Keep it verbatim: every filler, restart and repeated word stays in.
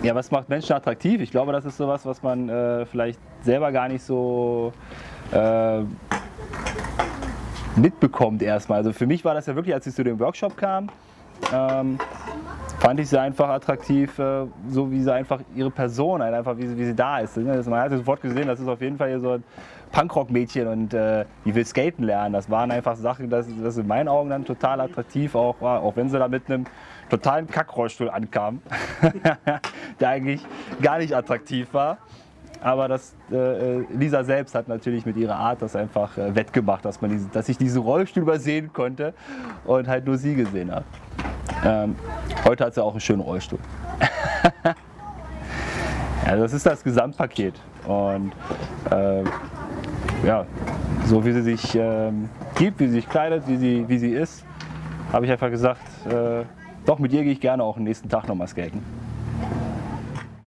Ja, was macht Menschen attraktiv? Ich glaube, das ist sowas, was man äh, vielleicht selber gar nicht so äh, mitbekommt erstmal. Also für mich war das ja wirklich, als ich zu dem Workshop kam, ähm, fand ich sie einfach attraktiv, äh, so wie sie einfach ihre Person, halt einfach wie sie, wie sie da ist. Ne? Man hat sofort gesehen, das ist auf jeden Fall hier so ein Punkrock-Mädchen und äh, die will skaten lernen. Das waren einfach Sachen, das, das in meinen Augen dann total attraktiv auch war, auch wenn sie da mit einem totalen Kackrollstuhl ankam, der eigentlich gar nicht attraktiv war. Aber das, äh, Lisa selbst hat natürlich mit ihrer Art das einfach äh, wettgemacht, dass, man diese, dass ich diesen Rollstuhl übersehen konnte und halt nur sie gesehen habe. Ähm, heute hat sie auch einen schönen Rollstuhl. Ja, das ist das Gesamtpaket. Und äh, ja, so wie sie sich ähm, gibt, wie sie sich kleidet, wie sie, wie sie ist, habe ich einfach gesagt, äh, doch mit ihr gehe ich gerne auch am nächsten Tag nochmal skaten.